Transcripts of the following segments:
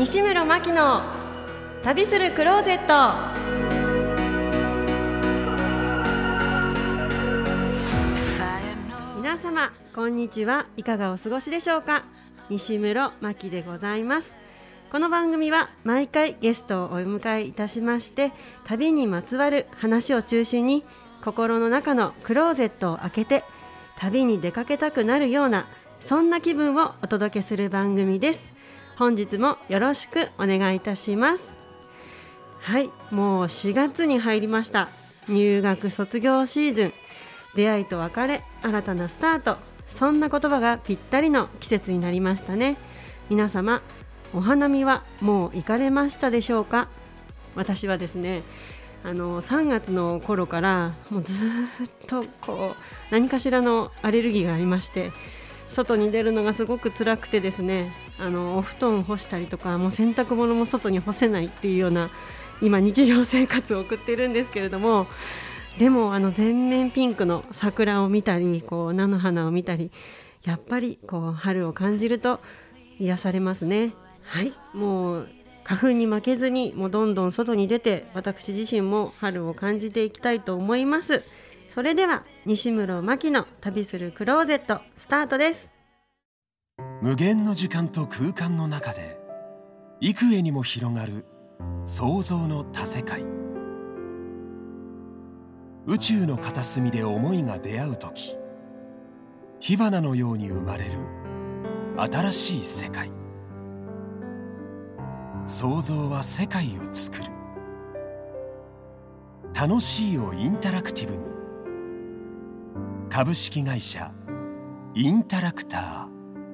西室真希の旅するクローゼット。皆様こんにちは。いかがお過ごしでしょうか。西室真希でございます。この番組は毎回ゲストをお迎えいたしまして、旅にまつわる話を中心に心の中のクローゼットを開けて旅に出かけたくなるような、そんな気分をお届けする番組です。本日もよろしくお願いいたします。はい、もう4月に入りました。入学卒業シーズン、出会いと別れ、新たなスタート、そんな言葉がぴったりの季節になりましたね。皆様お花見はもう行かれましたでしょうか。私はですね、3月の頃からもうずっと何かしらのアレルギーがありまして、外に出るのがすごく辛くてですね、お布団干したりとか、もう洗濯物も外に干せないっていうような今日常生活を送っているんですけれども、でも全面ピンクの桜を見たり、菜の花を見たり、やっぱり春を感じると癒されますね。はい、もう花粉に負けずに、もうどんどん外に出て、私自身も春を感じていきたいと思います。それでは西室真希の旅するクローゼット、スタートです。 無限の時間と空間の中で幾重にも広がる想像の多世界。宇宙の片隅で思いが出会うとき、火花のように生まれる新しい世界。想像は世界を作る。楽しいをインタラクティブに。株式会社インタラクター。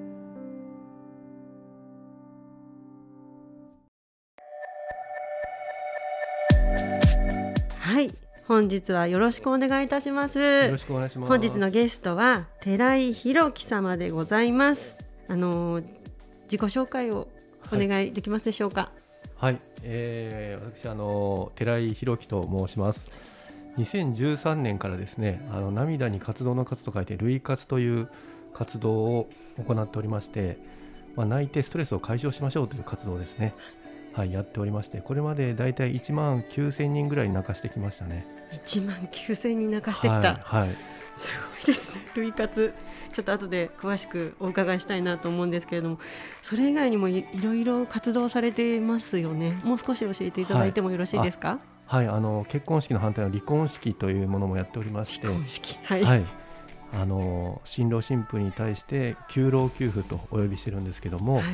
はい、本日はよろしくお願いいたします。 よろしくお願いします。 本日のゲストは寺井宏樹様でございます。自己紹介をお願いできますでしょうか。 はい、私寺井宏樹と申します。2013年からですね、涙に活動の活と書いて涙活という活動を行っておりまして、泣いてストレスを解消しましょうという活動ですね。はい、やっておりまして、これまでだいたい1万9000人ぐらい泣かしてきましたね。 1万9000人泣かしてきた、 はい、 すごいですね。涙活、ちょっと後で詳しくお伺いしたいなと思うんですけれども、それ以外にもいろいろ活動されてますよね。もう少し教えていただいてもよろしいですか。 はい、結婚式の反対の離婚式というものもやっておりまして、 離婚式、はい、 はい、新郎新婦に対して給老給付とお呼びしてるんですけども、はい、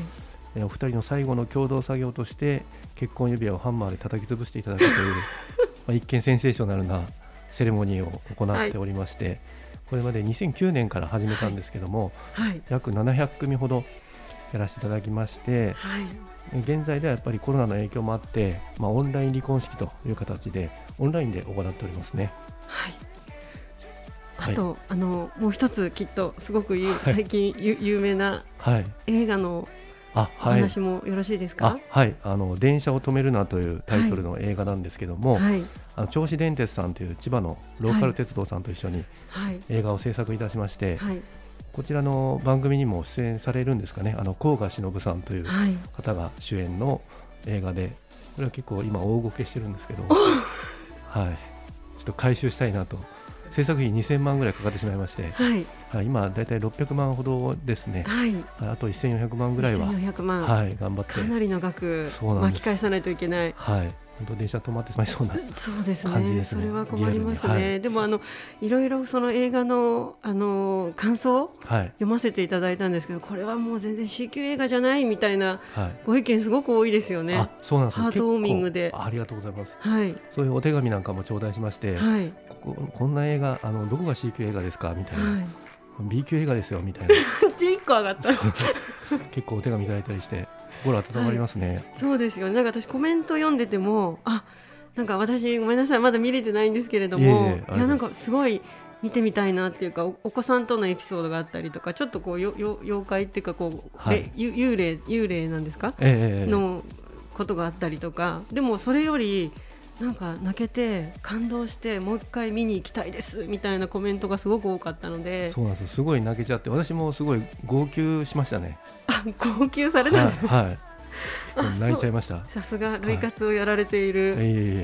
お二人の最後の共同作業として結婚指輪をハンマーで叩き潰していただくという一見センセーショナルなセレモニーを行っておりまして、はい、これまで2009年から始めたんですけども、はい、約700組ほどやらせていただきまして、はい、現在ではやっぱりコロナの影響もあって、オンライン離婚式という形でオンラインで行っておりますね。 はい、あと、はい、もう一つきっとすごく最近有名な映画のお話もよろしいですか。 はい、電車を止めるなというタイトルの映画なんですけども、はい、銚子電鉄さんという千葉のローカル鉄道さんと一緒に映画を制作いたしまして、はい、こちらの番組にも出演されるんですかね。甲賀忍さんという方が主演の映画で、これは結構今大ごけしてるんですけどはい、ちょっと回収したいなと。制作費2000万ぐらいかかってしまいまして、はいはい、今だいたい600万ほどですね。はい、あと1400万ぐらいは、 1400万、 はい、頑張ってかなりの額巻き返さないといけない。 はい、本当電車止まってしまいそうな感じですね。 そうですね、それは困りますね。はい、でもいろいろその映画の、感想を読ませていただいたんですけど、これはもう全然 C 級映画じゃないみたいなご意見すごく多いですよね。 あ、そうなんです。 ハートウォーミングでありがとうございます。 はい、 そういうお手紙なんかも頂戴しまして、はい、こんな映画どこが C 級映画ですかみたいな、はい、B 級映画ですよみたいな 1個上がった結構お手紙いただいたりして心温まりますね。 はい、そうですよね。なんか私コメント読んでても、なんか私ごめんなさい、まだ見れてないんですけれども、いやなんかすごい見てみたいなっていうか、お子さんとのエピソードがあったりとか、ちょっと妖怪っていうかはい、幽霊なんですか、のことがあったりとか、でもそれよりなんか泣けて感動してもう一回見に行きたいですみたいなコメントがすごく多かったので。 そうなんですよ、すごい泣けちゃって、私もすごい号泣しましたね。 号泣されたんです、 はい、 泣いちゃいました。 さすが類活をやられている、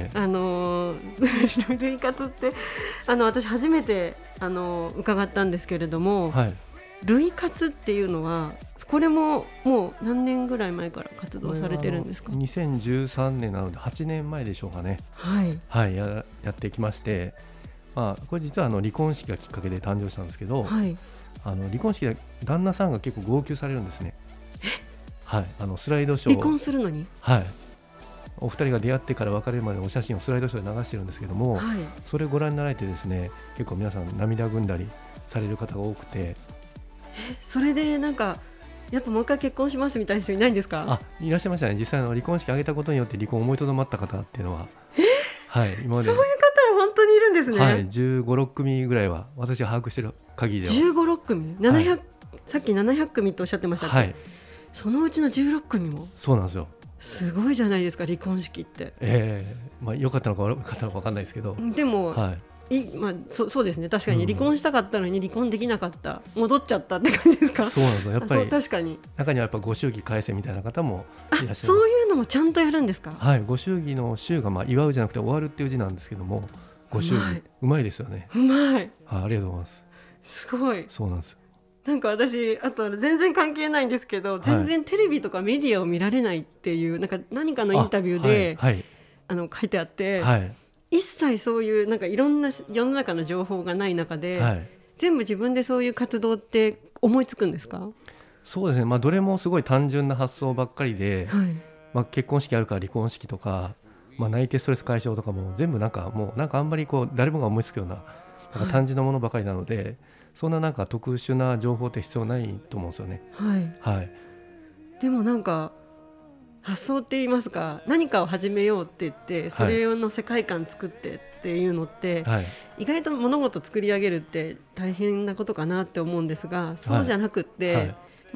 類活って私初めて伺ったんですけれども、はい、類活っていうのはこれももう何年ぐらい前から活動されてるんですか ？2013年なので8年前でしょうかね。はい、はい、やってきまして、これ実は離婚式がきっかけで誕生したんですけど、はい、離婚式で旦那さんが結構号泣されるんですね。はい、スライドショー、 離婚するのに、 はい、お二人が出会ってから別れるまでのお写真をスライドショーで流してるんですけども、はい、それをご覧になられてですね、結構皆さん涙ぐんだりされる方が多くて、 それでなんかやっぱもう一回結婚しますみたいな人いないんですか？ いらっしゃいましたね。実際離婚式挙げたことによって離婚を思いとどまった方っていうのは、はい、今までそういう方も本当にいるんですね。 はい、15、6組ぐらいは私が把握している限りでは 15、6組、700、はい、さっき700組とおっしゃってましたっけ？はい、そのうちの16組も。 そうなんですよ。 すごいじゃないですか離婚式って。 良かったのか悪かったのか分かんないですけど、 でも、はい、そうですね、確かに離婚したかったのに離婚できなかった、戻っちゃったって感じですか？ そうなんですよ。やっぱり確かに中にはやっぱご祝儀返せみたいな方もいらっしゃる。 そういうのもちゃんとやるんですか？ はい、ご祝儀の祝が祝うじゃなくて終わるっていう字なんですけども、ご祝儀うまいですよね。 うまい、 ありがとうございます。 すごい。 そうなんです。 なんか私あと全然関係ないんですけど、全然テレビとかメディアを見られないっていう、何かのインタビューで、はいはい、書いてあって、はい、一切そういうなんかいろんな世の中の情報がない中で、はい、全部自分でそういう活動って思いつくんですか？ そうですね、どれもすごい単純な発想ばっかりで、はい、結婚式あるから離婚式とか、内定ストレス解消とかも全部もうあんまり誰もが思いつくような、なんか単純なものばかりなので、はい、そんな特殊な情報って必要ないと思うんですよね。はいはい、 でもなんか発想って言いますか、何かを始めようって言ってそれ用の世界観作ってっていうのって、はい、意外と物事作り上げるって大変なことかなって思うんですが、そうじゃなくって、はいはい、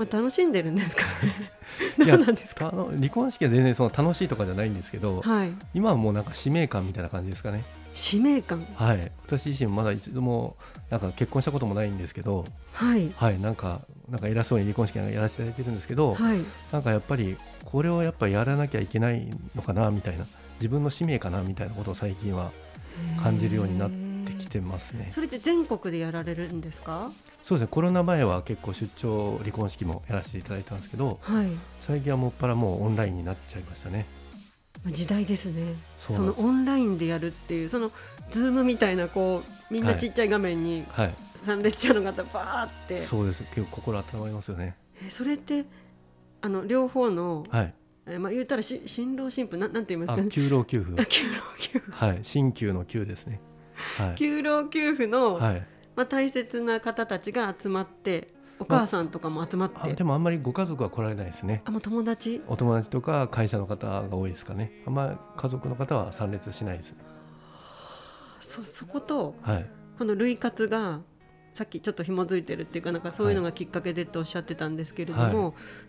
楽しんでるんですかねどうなんですか？ 離婚式は全然楽しいとかじゃないんですけど、はい、今はもう使命感みたいな感じですかね。 使命感、 はい、私自身まだ一度も結婚したこともないんですけど、はいはい、なんか偉そうに離婚式やらせていただいてるんですけど、はい、やっぱりこれをやらなきゃいけないのかなみたいな、自分の使命かなみたいなことを最近は感じるようになってきてますね。 それって全国でやられるんですか？ そうですね、コロナ前は結構出張離婚式もやらせていただいたんですけど、はい、最近はもうオンラインになっちゃいましたね。 時代ですね。そのオンラインでやるっていう、そのズームみたいなみんなちっちゃい画面に参列者の方バーって、はい、 そうです。結構心温まりますよね。 それって両方の、はい、言ったら新郎新婦なんて言いますかね。 旧老旧婦はい、新旧の旧ですね。はい、 旧老旧婦の、はい、大切な方たちが集まって、お母さんとかも集まって、 でもあんまりご家族は来られないですね。 もうお友達とか会社の方が多いですかね。あんまり家族の方は参列しないですね。 そこと、はい、この類活がさっきちょっと紐づいてるっていうか、そういうのがきっかけでっておっしゃってたんですけれども、はい、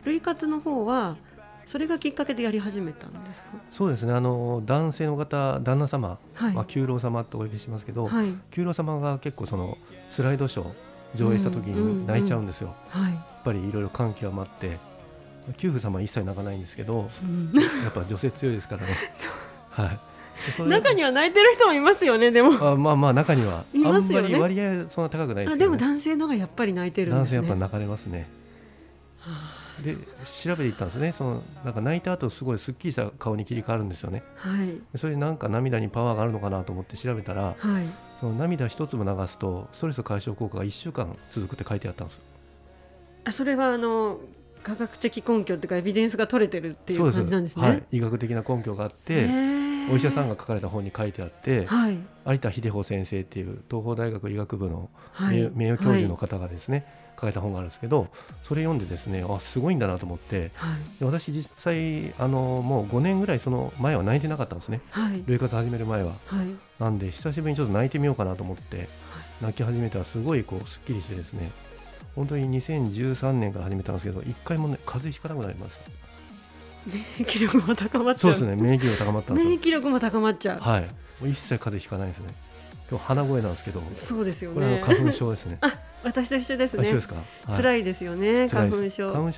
類活の方はそれがきっかけでやり始めたんですか？ そうですね、男性の方、旦那様、はい、旧老様とお呼びしますけど、はい、旧老様が結構スライドショー上映した時に泣いちゃうんですよ。やっぱりいろいろ感極まって、旧婦様は一切泣かないんですけど、やっぱ女性強いですからねはい、 中には泣いてる人もいますよね。でも中にはいますよね。あんまり割合そんな高くないですけど、ね、 でも男性の方がやっぱり泣いてるんですね。 男性やっぱ泣かれますね。で調べていったんですね。泣いた後すごいすっきりした顔に切り替わるんですよね。はい、それで涙にパワーがあるのかなと思って調べたら、はい、その涙一粒流すとストレス解消効果が1週間続くって書いてあったんです。 それは科学的根拠というかエビデンスが取れてるっていう感じなんですね。 はい、医学的な根拠があって、お医者さんが書かれた本に書いてあって、はい、有田秀穂先生っていう東邦大学医学部の名誉教授の方がですね、書いた本があるんですけど、それ読んでですね、すごいんだなと思って、はい、で私実際もう5年ぐらいその前は泣いてなかったんですね。はい、類活始める前は、はい、なんで久しぶりにちょっと泣いてみようかなと思って、はい、泣き始めたらすごいすっきりしてですね、本当に2013年から始めたんですけど、一回も、風邪ひかなくなりました。 免疫力も高まっちゃう。 そうですね、免疫力高まったんですよ。 免疫力も高まっちゃう。 はい、もう一切風邪ひかないですね。今日鼻声なんですけど。 そうですよね。 これは花粉症ですね。 私と一緒ですね。 一緒ですか。 辛いですよね、花粉症。 花粉症は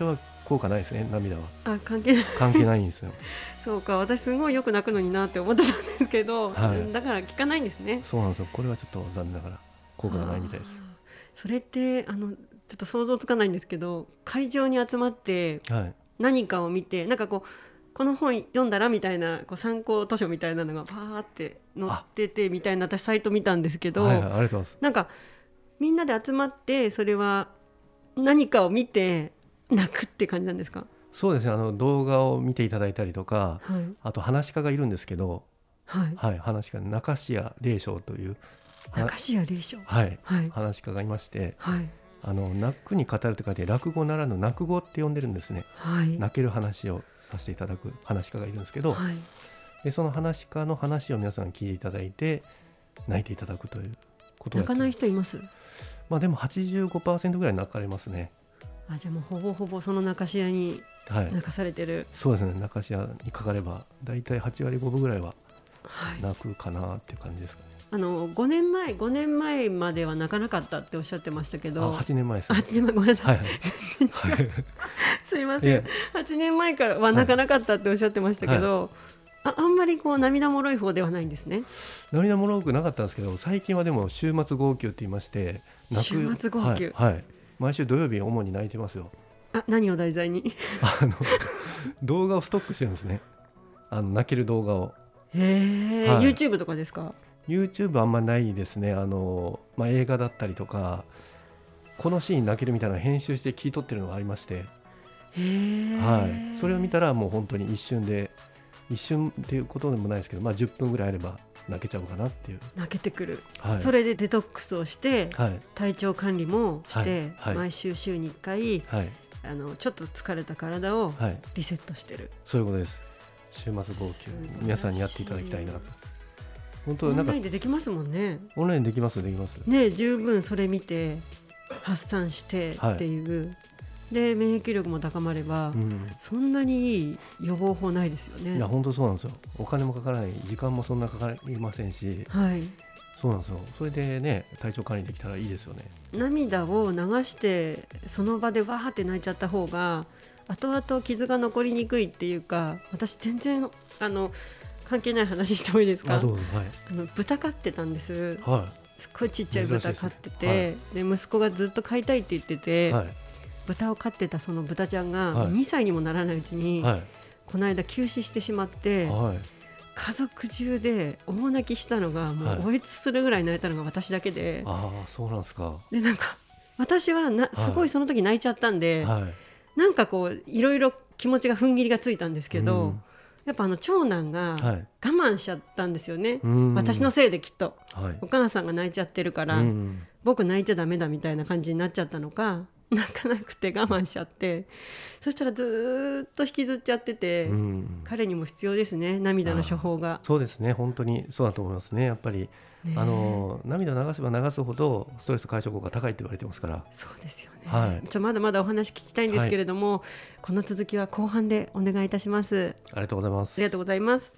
効果ないですね、涙は。 関係ないんですよ。 そうか、私すごいよく泣くのになって思ってたんですけど、だから効かないんですね。 そうなんですよ。これはちょっと残念ながら効果がないみたいです。 それってちょっと想像つかないんですけど、会場に集まって何かを見て、なんかこの本読んだらみたいな参考図書みたいなのがパーって載っててみたいな、私サイト見たんですけど、 ありがとうございます。 なんかみんなで集まって、それは何かを見て泣くって感じなんですか？ そうですね、動画を見ていただいたりとか、あと話し家がいるんですけど、話し家、中椎谷霊翔という中椎谷霊翔、 話し家がいまして、泣くに語ると書いて落語ならぬ泣く語って呼んでるんですね。泣ける話をさせていただく話し家がいるんですけど、でその話し家の話を皆さん聞いていただいて泣いていただくということをやってます。 泣かない人います？ でも 85% ぐらい泣かれますね。 じゃあもうほぼほぼその中椎谷に泣かされてる。 そうですね、中椎谷にかかればだいたい8割5分ぐらいは泣くかなっていう感じですかね。 5年前までは泣かなかったっておっしゃってましたけど、 8年前ですね。 8年前、ごめんなさい、すいません、8年前からは泣かなかったっておっしゃってましたけど、あんまり涙もろい方ではないんですね。 涙もろくなかったんですけど、最近はでも週末号泣って言いまして、 週末号泣、 毎週土曜日主に泣いてますよ。 何を題材に動画をストックしてるんですね、泣ける動画を。 YouTube とかですか ？YouTube あんまないですね。映画だったりとか、このシーン泣けるみたいなのを編集して切り取ってるのがありまして、それを見たらもう本当に一瞬っていうことでもないですけど、10分ぐらいあれば泣けちゃうかなっていう。 泣けてくる、それでデトックスをして、体調管理もして、毎週週に1回、ちょっと疲れた体をリセットしてる、 そういうことです。週末号泣皆さんにやっていただきたいなと。 本当オンラインでできますもんね。 オンラインできますね、十分それ見て発散してっていう、で免疫力も高まれば、そんなにいい予防法ないですよね。 いや本当そうなんですよ。お金もかからない、時間もそんなかかりませんし、そうなんですよ。それでね、体調管理できたらいいですよね。 涙を流してその場でわーって泣いちゃった方が後々傷が残りにくいっていうか、私全然関係ない話してもいいですか？豚飼ってたんです、すっごいちっちゃい豚飼ってて、で息子がずっと飼いたいって言ってて、豚を飼ってたその豚ちゃんが2歳にもならないうちに、この間急死してしまって、家族中で大泣きしたのがもうおえつするぐらい泣いたのが私だけで、 そうなんですか。 でなんか私はすごいその時泣いちゃったんで、なんかいろいろ気持ちが踏ん切りがついたんですけど、やっぱ長男が我慢しちゃったんですよね、私のせいできっと、お母さんが泣いちゃってるから、僕泣いちゃダメだみたいな感じになっちゃったのか、泣かなくて我慢しちゃって、そしたらずっと引きずっちゃってて、彼にも必要ですね、涙の処方が。 そうですね、本当にそうだと思いますね。やっぱり涙を流せば流すほどストレス解消効果が高いと言われてますから。 そうですよね、まだまだお話聞きたいんですけれども、この続きは後半でお願いいたします。 ありがとうございます。 ありがとうございます。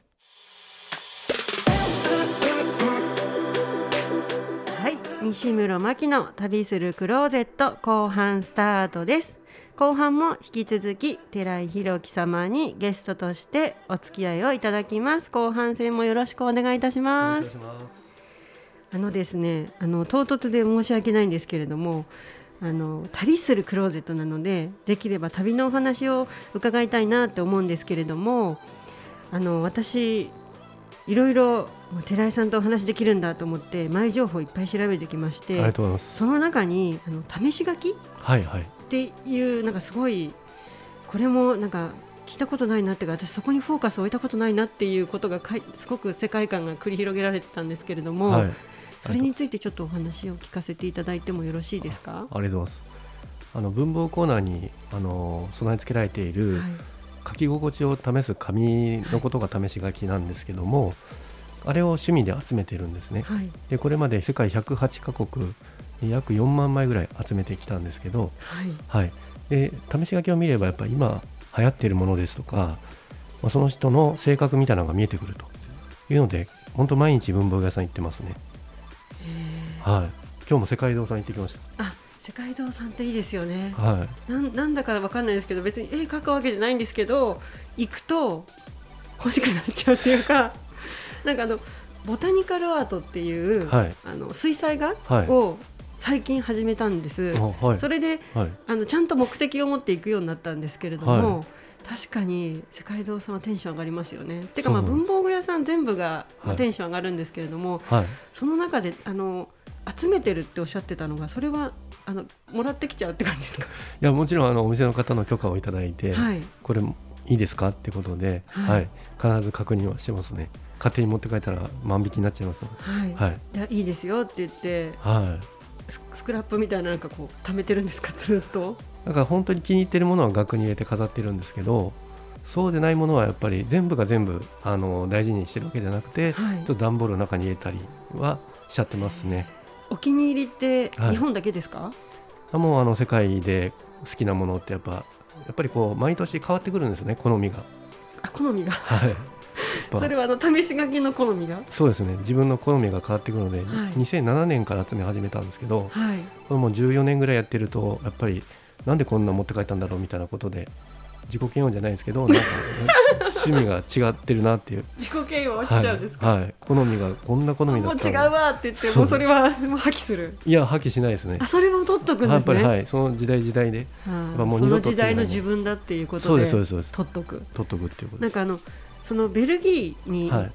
西室真希の旅するクローゼット後半スタートです。後半も引き続き寺井宏樹様にゲストとしてお付き合いをいただきます。後半戦もよろしくお願いいたします。ですね、唐突で申し訳ないんですけれども、旅するクローゼットなので、できれば旅のお話を伺いたいなって思うんですけれども、私いろいろ寺井さんとお話できるんだと思って前情報いっぱい調べてきまして、 ありがとうございます。 その中に試し書きっていうなんかすごい、これもなんか聞いたことないなっていうか、私そこにフォーカスを置いたことないなっていうことがすごく世界観が繰り広げられてたんですけれども、それについてちょっとお話を聞かせていただいてもよろしいですか？ ありがとうございます。文房コーナーに備え付けられている、書き心地を試す紙のことが試し書きなんですけども、あれを趣味で集めてるんですね。でこれまで世界108カ国約4万枚ぐらい集めてきたんですけど、で試し書きを見ればやっぱり今流行っているものですとか、その人の性格みたいなのが見えてくるというので、本当毎日文房具屋さん行ってますね。今日も世界堂さん行ってきました。 世界堂さんっていいですよね、 はい、 なんだかわかんないですけど、別に絵描くわけじゃないんですけど、行くと欲しくなっちゃうっていうかなんかボタニカルアートっていう、はい、水彩画を最近始めたんです、はい、それで、はい、ちゃんと目的を持っていくようになったんですけれども、はい、確かに世界堂さんはテンション上がりますよね。てか、文房具屋さん全部がテンション上がるんですけれども、はい、その中で集めてるっておっしゃってたのが、それはもらってきちゃうって感じですか？ いや、もちろんお店の方の許可をいただいて、はい、これいいですかってことで、はいはい、必ず確認はしてますね。勝手に持って帰ったら万引きになっちゃいますので、 はいはい、いいですよって言って、はい、スクラップみたいな、なんかこう貯めてるんですか？ずっとだから本当に気に入ってるものは額に入れて飾ってるんですけど、そうでないものはやっぱり全部が全部大事にしてるわけじゃなくて、はい、ちょっと段ボールの中に入れたりはしちゃってますね。 お気に入りって日本だけですか？ はい、もう世界で好きなものってやっぱりこう毎年変わってくるんですね、好みが。 好みが、 はい、 それは試し書きの好みが。 そうですね、自分の好みが変わってくるので、はい、2007年から集め始めたんですけど、はい、これも14年ぐらいやってると、やっぱりなんでこんな持って帰ったんだろうみたいなことで、自己嫌悪じゃないですけど、なんか趣味が違ってるなっていう自己嫌悪落ちちゃうんですか？ はいはい、好みがこんな好みだったもう違うわって言って、もうそれはもう破棄する。 いや、破棄しないですね。 それも取っとくんですね。 やっぱり、はい、その時代時代で、 もうその時代の自分だっていうことで取っとくっていうこと。 なんかそのベルギーに行って、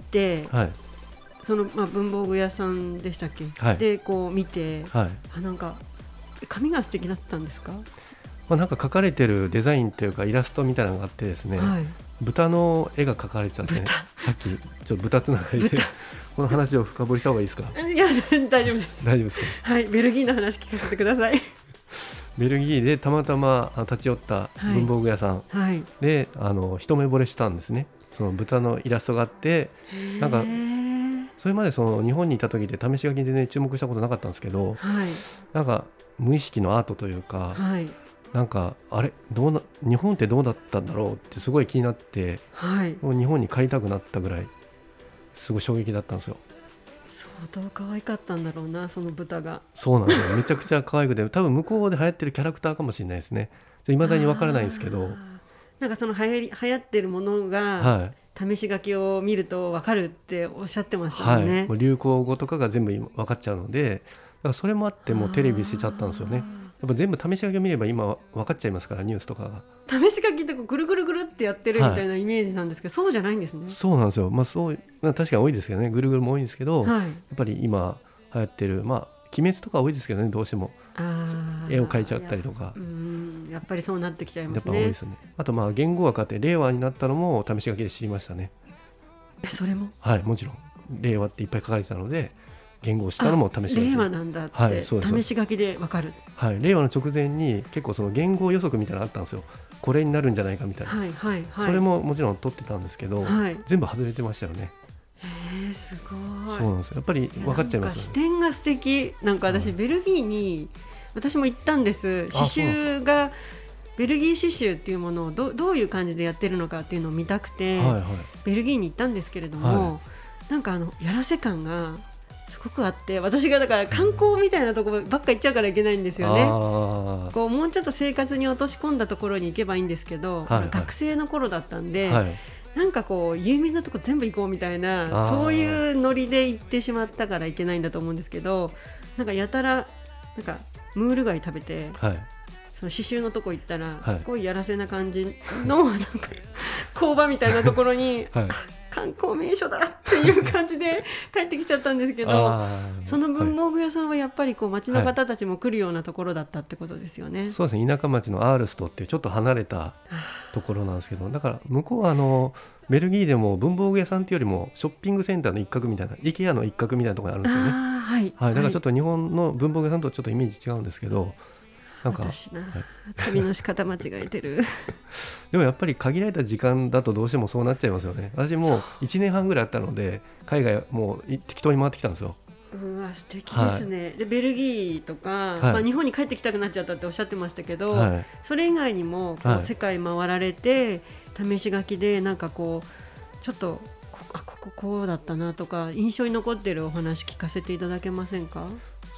はいはい、その文房具屋さんでしたっけ、はい、でこう見て、はい、なんか紙が素敵だったんですか？ なんか描かれてるデザインというかイラストみたいなのがあってですね、はい、豚の絵が描かれてたんですね。さっきちょっと豚つながりでこの話を深掘りした方がいいですか？いや、 大丈夫です。 大丈夫ですか？ はい、ベルギーの話聞かせてください。 ベルギーでたまたま立ち寄った文房具屋さんで、はい、一目惚れしたんですね。その豚のイラストがあって、なんかそれまでその日本にいた時で試し書きでね、注目したことなかったんですけど、はい、なんか無意識のアートというか、はい、なんかあれ日本ってどうだったんだろうってすごい気になって、はい、もう日本に帰りたくなったぐらいすごい衝撃だったんですよ。 相当可愛かったんだろうな、その豚が。 そうなんですよ、めちゃくちゃ可愛くて、多分向こうで流行ってるキャラクターかもしれないですね。未だに分からないんですけど、 なんかその流行ってるものが、はい、試し書きを見ると分かるっておっしゃってましたもんね。 はい、流行語とかが全部分かっちゃうので、だからそれもあってもうテレビ捨てちゃったんですよね。やっぱ全部試し書きを見れば今分かっちゃいますから、ニュースとかが。 試し書きってぐるぐるぐるってやってるみたいなイメージなんですけど、はい、そうじゃないんですね。 そうなんですよ。確かに多いですけどね、ぐるぐるも多いんですけど、はい、やっぱり今流行ってる、鬼滅とか多いですけどね、どうしても絵を描いちゃったりとか、 やっぱりそうなってきちゃいますね。 やっぱ多いですね。あと言語が変わって令和になったのも試し書きで知りましたね。 それも、 はい、もちろん令和っていっぱい書かれてたので、言語をしたのも試し書き。 令和なんだって、はい、試し書きで分かる。 はい、令和の直前に結構その言語予測みたいなのあったんですよ。これになるんじゃないかみたいな、はいはいはい、それももちろん取ってたんですけど、はい、全部外れてましたよね。 すごい。 そうなんですよ、やっぱり分かっちゃいますよね。 視点が素敵。なんか私、ベルギーに私も行ったんです。刺繍がベルギー刺繍っていうものをどういう感じでやってるのかっていうのを見たくて、はいはい、ベルギーに行ったんですけれども、はい、なんかやらせ感がすごくあって、私がだから観光みたいなところばっか行っちゃうからいけないんですよね。こうもうちょっと生活に落とし込んだところに行けばいいんですけど、はいはい、学生の頃だったんで、はい、なんかこう有名なとこ全部行こうみたいな、そういうノリで行ってしまったからいけないんだと思うんですけど、なんかやたらなんかムール貝食べて、はい、その刺繍のとこ行ったら、すごいやらせな感じのなんか工場みたいなところに、はい、観光名所だっていう感じで帰ってきちゃったんですけどその文房具屋さんはやっぱりこう街の方たちも来るようなところだったってことですよね。はい、 そうですね、田舎町のアールストっていうちょっと離れたところなんですけど、だから向こうはベルギーでも文房具屋さんっていうよりもショッピングセンターの一角みたいな、IKEAの一角みたいなところがあるんですよね。はいはい、だからちょっと日本の文房具屋さんとちょっとイメージ違うんですけど、なんか私な、旅の仕方間違えてるでもやっぱり限られた時間だとどうしてもそうなっちゃいますよね。私もう1年半ぐらいあったので海外もう適当に回ってきたんですよ。 うわ素敵ですね。はい、でベルギーとか、はい、日本に帰ってきたくなっちゃったっておっしゃってましたけど、はい、それ以外にもこう、世界回られて試し書きでなんかこうちょっとこうだったなとか印象に残ってるお話聞かせていただけませんか？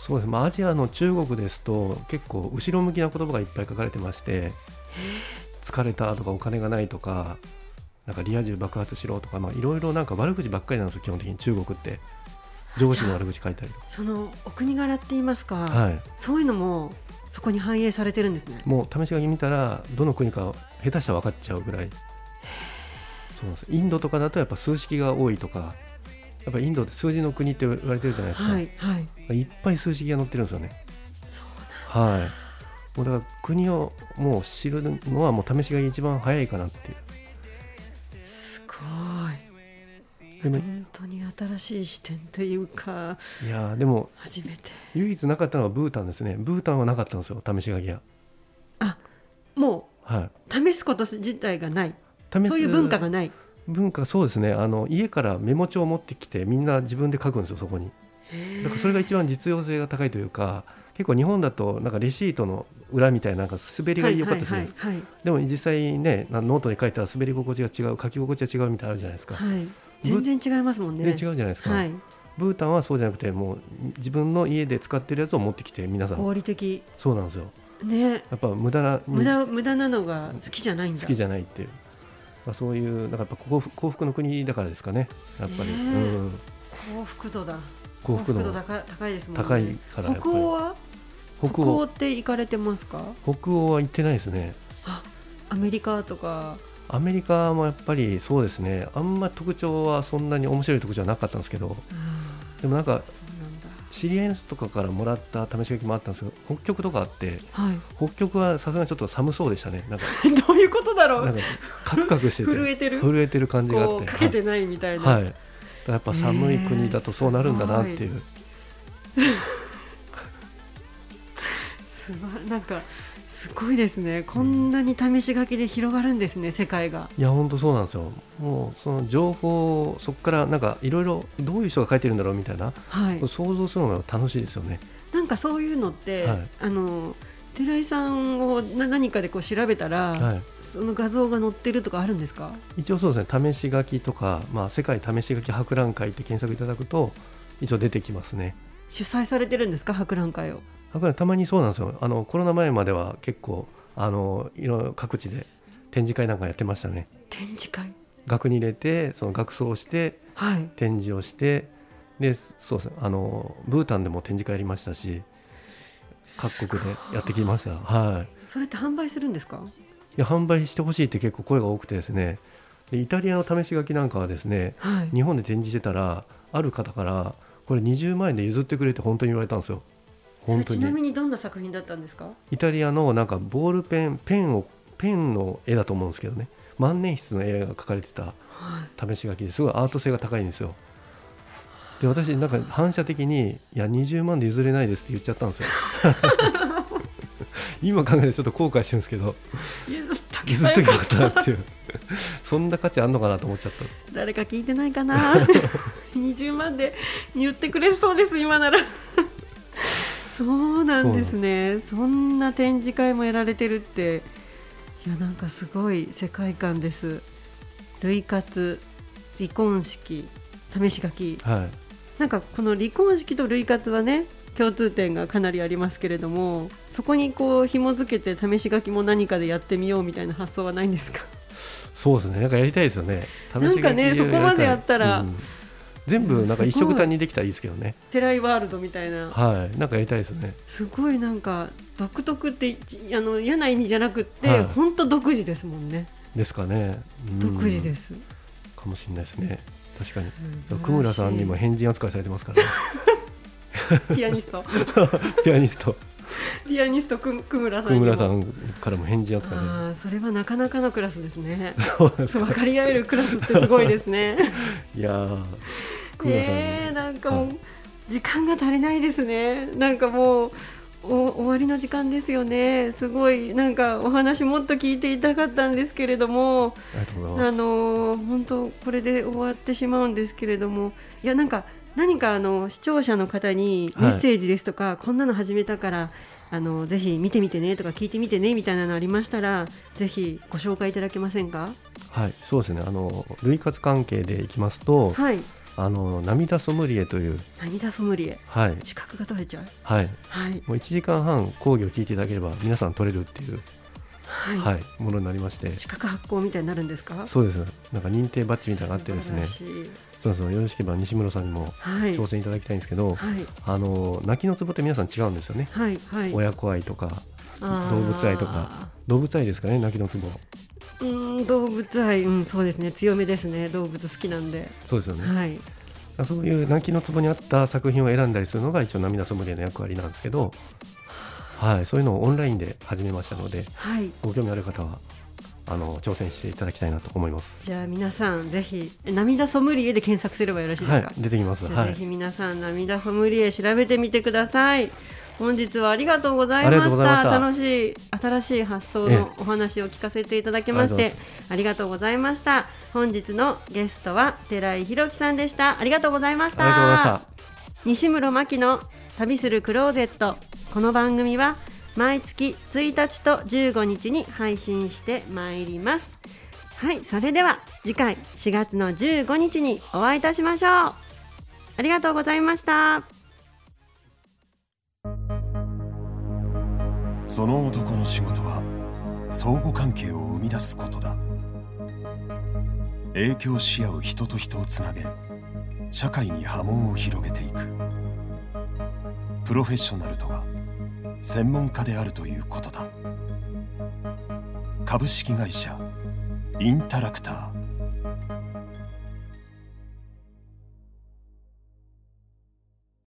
そうです、アジアの中国ですと結構後ろ向きな言葉がいっぱい書かれてまして、疲れたとかお金がないとか、なんかリア充爆発しろとか、いろいろなんか悪口ばっかりなんですよ基本的に中国って。上司の悪口書いたりとか、 そのお国柄って言いますか、 はい、 そういうのもそこに反映されてるんですね。 もう試し書き見たらどの国か下手したら分かっちゃうぐらい。そうです。インドとかだとやっぱ数式が多いとか、やっぱインドって数字の国って言われてるじゃないですか、 はいはい、 いっぱい数式が載ってるんですよね。 そうなんだ、 はい、もうだから国をもう知るのはもう試し書き一番早いかなっていう。 すごい、本当に新しい視点というか。 いやでも初めて。 唯一なかったのはブータンですね。ブータンはなかったんですよ試し書きが。 もう、 はい、 試すこと自体がない、そういう文化がない。 文化、そうですね。家からメモ帳を持ってきてみんな自分で書くんですよそこに。だからそれが一番実用性が高いというか、結構日本だとなんかレシートの裏みたいな、 なんか滑りが良かったですね、でも実際ねノートに書いたら滑り心地が違う、書き心地が違うみたいなのあるじゃないですか、 はい、全然違いますもんね。 違うじゃないですか、はい、ブータンはそうじゃなくてもう自分の家で使ってるやつを持ってきて皆さん合理的。 そうなんですよね、 やっぱ無駄なのが好きじゃないんだ。 好きじゃないっていう、そういうなんかやっぱ幸福の国だからですかねやっぱり、 幸福度だ。 幸福度高いですもんね。 高いからやっぱり。 北欧って行かれてますか？ 北欧は行ってないですね。 アメリカとか。 アメリカもやっぱりそうですね、あんまり特徴はそんなに面白い特徴はなかったんですけど、でもなんか知り合いの人とかからもらった試し書きもあったんですけど、北極とかあって、はい、北極はさすがにちょっと寒そうでしたね。なんかどういうことだろう。 なんかカクカクしてて震えてる感じがあって、 かけてないみたいな、 はい、やっぱ寒い国だとそうなるんだなっていう、 なんかすごいですね。こんなに試し書きで広がるんですね、世界が。 いや本当そうなんですよ。もうその情報をそこからなんかいろいろどういう人が書いてるんだろうみたいな、はい、想像するのが楽しいですよね。 なんかそういうのって、はい、寺井さんを何かでこう調べたら、はい、その画像が載ってるとかあるんですか？一応そうですね、試し書きとか、世界試し書き博覧会って検索いただくと一応出てきますね。 主催されてるんですか、博覧会を？ たまにそうなんですよ。コロナ前までは結構いろいろ各地で展示会なんかやってましたね。 展示会、 額に入れてその額装して、はい、展示をして、でそうですね、ブータンでも展示会やりましたし、各国でやってきました。はい、 それって販売するんですか？ いや販売してほしいって結構声が多くてですね、でイタリアの試し書きなんかはですね、はい、日本で展示してたらある方からこれ20万円で譲ってくれって本当に言われたんですよ。本当に。 ちなみにどんな作品だったんですか？ イタリアのなんかボールペンの絵だと思うんですけどね、万年筆の絵が描かれてた試し書きですごいアート性が高いんですよ。で私なんか反射的にいや20万で譲れないですって言っちゃったんですよ今考えてちょっと後悔してるんですけど、譲ってよかったなっていうそんな価値あんのかなと思っちゃった。 誰か聞いてないかな20万で言ってくれそうです今ならそうなんですね。そんな展示会もやられてるって、いやなんかすごい世界観です。類活、離婚式、試し書き、はい、なんかこの離婚式と類活はね共通点がかなりありますけれども、そこにこう紐付けて試し書きも何かでやってみようみたいな発想はないんですか？ そうですね、なんかやりたいですよね。 なんかねそこまでやったら、 全部なんか一緒くたにできたらいいですけどね。 テライワールドみたいな、 はい、なんかやりたいですね。 すごいなんか独特って嫌な意味じゃなくって、本当独自ですもんね。 ですかね。 独自ですかもしれないですね。確かに久村さんにも変人扱いされてますからねピアニストピアニスト久村さんからも変人扱いで、 それはなかなかのクラスですね。そう分かり合えるクラスってすごいですねいやーなんかもう時間が足りないですね。なんかもう終わりの時間ですよね。すごいなんかお話もっと聞いていたかったんですけれども、本当これで終わってしまうんですけれども、いやなんか何か視聴者の方にメッセージですとか、こんなの始めたからぜひ見てみてねとか聞いてみてねみたいなのありましたらぜひご紹介いただけませんか？ はい、そうですね、類活関係でいきますと、はい、 涙ソムリエという涙ソムリエ、 はい、 資格が取れちゃう、 はいはい、もう1時間半講義を聞いていただければ皆さん取れるっていう、はいはい、ものになりまして、 資格発行みたいになるんですか？ そうです。なんか認定バッジみたいなのがあってですね、そうよろしければ西室さんにも挑戦いただきたいんですけど、はい、泣きのツボって皆さん違うんですよね、はいはい、親子愛とか動物愛とか。動物愛ですかね、泣きのツボ。 動物愛、そうですね、強めですね、動物好きなんで。 そうですよね、はい、そういう泣きのツボに合った作品を選んだりするのが一応涙ソムリエの役割なんですけど、はい、そういうのをオンラインで始めましたので、はい、ご興味ある方は挑戦していただきたいなと思います。 じゃあ皆さんぜひ涙ソムリエで検索すればよろしいですか？ はい、出てきます。 ぜひ皆さん涙ソムリエ調べてみてください。本日はありがとうございました。楽しい新しい発想のお話を聞かせていただきましてありがとうございました。本日のゲストは寺井宏樹さんでした。ありがとうございました。西室真希の旅するクローゼット、この番組は毎月1日と15日に配信してまいります。はい、それでは次回4月の15日にお会いいたしましょう。ありがとうございました。 その男の仕事は相互関係を生み出すことだ。影響し合う人と人をつなげ、社会に波紋を広げていく。プロフェッショナルとは専門家であるということだ。株式会社インタラクター。